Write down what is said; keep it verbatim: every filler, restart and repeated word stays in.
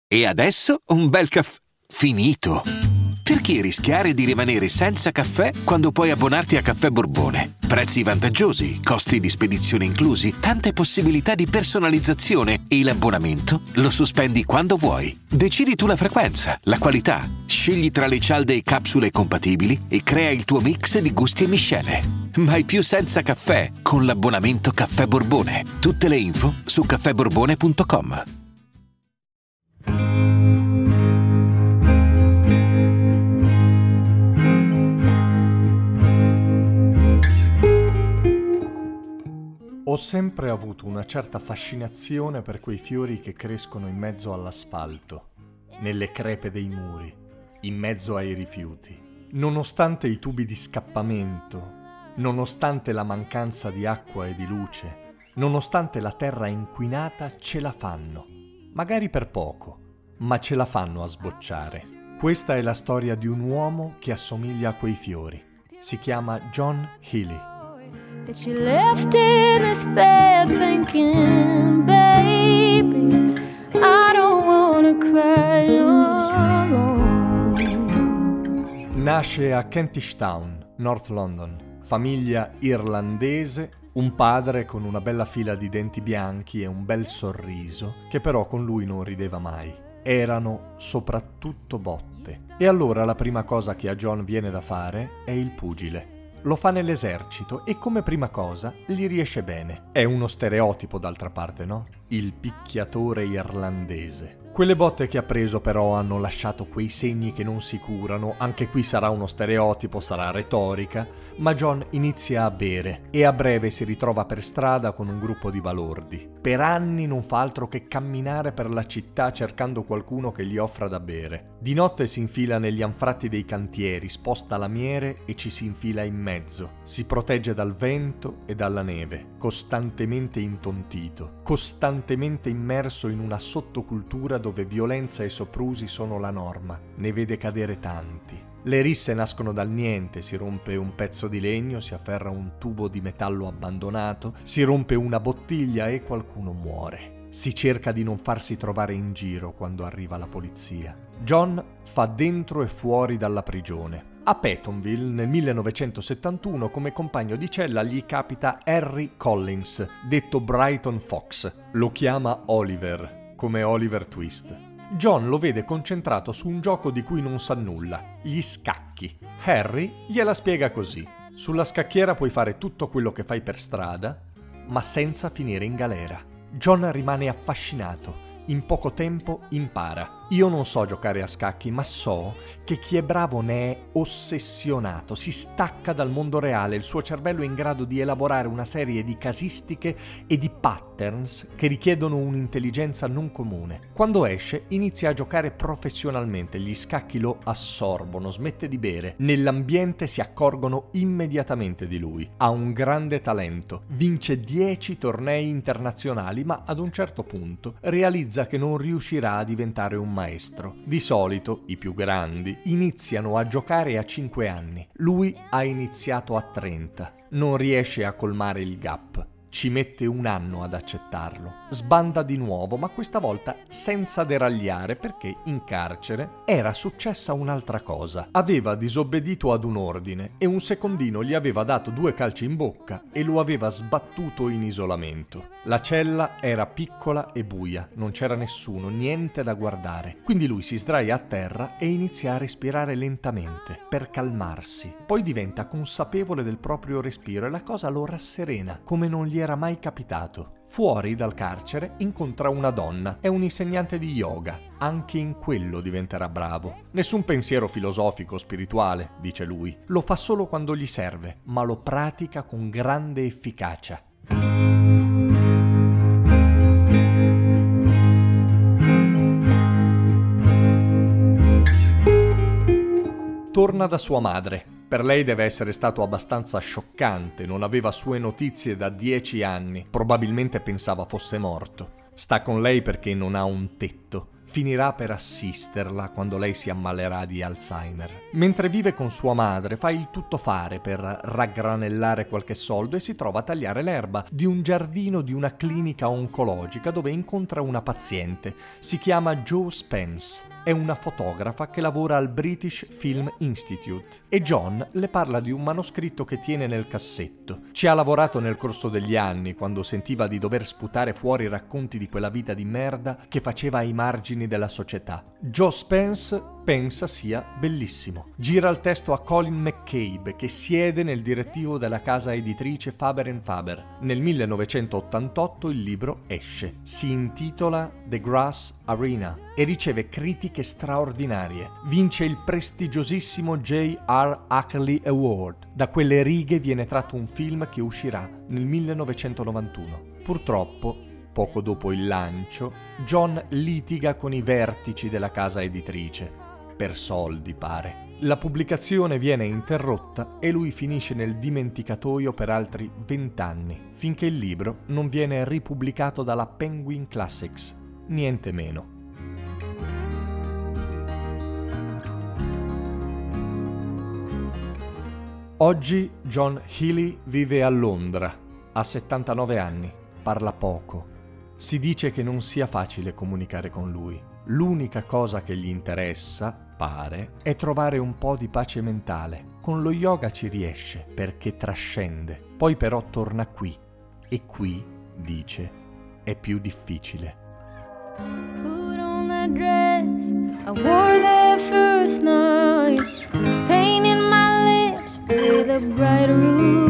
E adesso un bel caffè finito. Perché rischiare di rimanere senza caffè quando puoi abbonarti a Caffè Borbone? Prezzi vantaggiosi, costi di spedizione inclusi, tante possibilità di personalizzazione e l'abbonamento lo sospendi quando vuoi. Decidi tu la frequenza, la qualità, scegli tra le cialde e capsule compatibili e crea il tuo mix di gusti e miscele. Mai più senza caffè con l'abbonamento Caffè Borbone. Tutte le info su caffè borbone punto com. Ho sempre avuto una certa fascinazione per quei fiori che crescono in mezzo all'asfalto, nelle crepe dei muri, in mezzo ai rifiuti. Nonostante i tubi di scappamento, nonostante la mancanza di acqua e di luce, nonostante la terra inquinata, ce la fanno. Magari per poco, ma ce la fanno a sbocciare. Questa è la storia di un uomo che assomiglia a quei fiori. Si chiama John Healey. That you left in this bed thinking, baby, I don't wanna cry alone. Nasce a Kentish Town, North London, famiglia irlandese, un padre con una bella fila di denti bianchi e un bel sorriso, che però con lui non rideva mai. Erano soprattutto botte. E allora la prima cosa che a John viene da fare è il pugile. Lo fa nell'esercito e come prima cosa gli riesce bene. È uno stereotipo d'altra parte, no? Il picchiatore irlandese. Quelle botte che ha preso però hanno lasciato quei segni che non si curano. Anche qui sarà uno stereotipo, sarà retorica, ma John inizia a bere e a breve si ritrova per strada con un gruppo di balordi. Per anni non fa altro che camminare per la città cercando qualcuno che gli offra da bere. Di notte si infila negli anfratti dei cantieri, sposta lamiere e ci si infila in mezzo. Si protegge dal vento e dalla neve, costantemente intontito, costantemente immerso in una sottocultura dove violenza e soprusi sono la norma. Ne vede cadere tanti. Le risse nascono dal niente, si rompe un pezzo di legno, si afferra un tubo di metallo abbandonato, si rompe una bottiglia e qualcuno muore. Si cerca di non farsi trovare in giro quando arriva la polizia. John fa dentro e fuori dalla prigione. A Pentonville nel millenovecentosettantuno come compagno di cella gli capita Harry Collins, detto Brighton Fox. Lo chiama Oliver, come Oliver Twist. John lo vede concentrato su un gioco di cui non sa nulla, gli scacchi. Harry gliela spiega così: sulla scacchiera puoi fare tutto quello che fai per strada, ma senza finire in galera. John rimane affascinato. In poco tempo impara. Io non so giocare a scacchi, ma so che chi è bravo ne è ossessionato, si stacca dal mondo reale, il suo cervello è in grado di elaborare una serie di casistiche e di patterns che richiedono un'intelligenza non comune. Quando esce inizia a giocare professionalmente, gli scacchi lo assorbono, smette di bere, nell'ambiente si accorgono immediatamente di lui. Ha un grande talento, vince dieci tornei internazionali, ma ad un certo punto realizza che non riuscirà a diventare un maestro. Di solito i più grandi iniziano a giocare a cinque anni. Lui ha iniziato a trenta. Non riesce a colmare il gap. Ci mette un anno ad accettarlo. Sbanda di nuovo, ma questa volta senza deragliare, perché in carcere era successa un'altra cosa. Aveva disobbedito ad un ordine e un secondino gli aveva dato due calci in bocca e lo aveva sbattuto in isolamento. La cella era piccola e buia, non c'era nessuno, niente da guardare. Quindi lui si sdraia a terra e inizia a respirare lentamente per calmarsi. Poi diventa consapevole del proprio respiro e la cosa lo rasserena, come non gli era mai capitato. Fuori dal carcere incontra una donna, è un insegnante di yoga. Anche in quello diventerà bravo. Nessun pensiero filosofico, spirituale, dice lui. Lo fa solo quando gli serve, ma lo pratica con grande efficacia. Torna da sua madre. Per lei deve essere stato abbastanza scioccante, non aveva sue notizie da dieci anni, probabilmente pensava fosse morto. Sta con lei perché non ha un tetto. finirà per assisterla quando lei si ammalerà di Alzheimer. Mentre vive con sua madre fa il tuttofare per raggranellare qualche soldo e si trova a tagliare l'erba di un giardino di una clinica oncologica dove incontra una paziente. Si chiama Jo Spence. È una fotografa che lavora al British Film Institute e John le parla di un manoscritto che tiene nel cassetto. Ci ha lavorato nel corso degli anni quando sentiva di dover sputare fuori racconti di quella vita di merda che faceva ai margini della società. Jo Spence pensa sia bellissimo. Gira il testo a Colin McCabe, che siede nel direttivo della casa editrice Faber and Faber. Nel millenovecentottantotto il libro esce. Si intitola The Grass Arena e riceve critiche straordinarie. Vince il prestigiosissimo J R Ackley Award. Da quelle righe viene tratto un film che uscirà nel millenovecentonovantuno. Purtroppo, poco dopo il lancio, John litiga con i vertici della casa editrice. Per soldi, pare. La pubblicazione viene interrotta e lui finisce nel dimenticatoio per altri vent'anni, finché il libro non viene ripubblicato dalla Penguin Classics, niente meno. Oggi John Healey vive a Londra, ha settantanove anni, parla poco. Si dice che non sia facile comunicare con lui. L'unica cosa che gli interessa, pare, è trovare un po' di pace mentale. Con lo yoga ci riesce, perché trascende. Poi però torna qui. E qui, dice, è più difficile. Put on that dress I wore that first night, painting my lips with a bright rouge.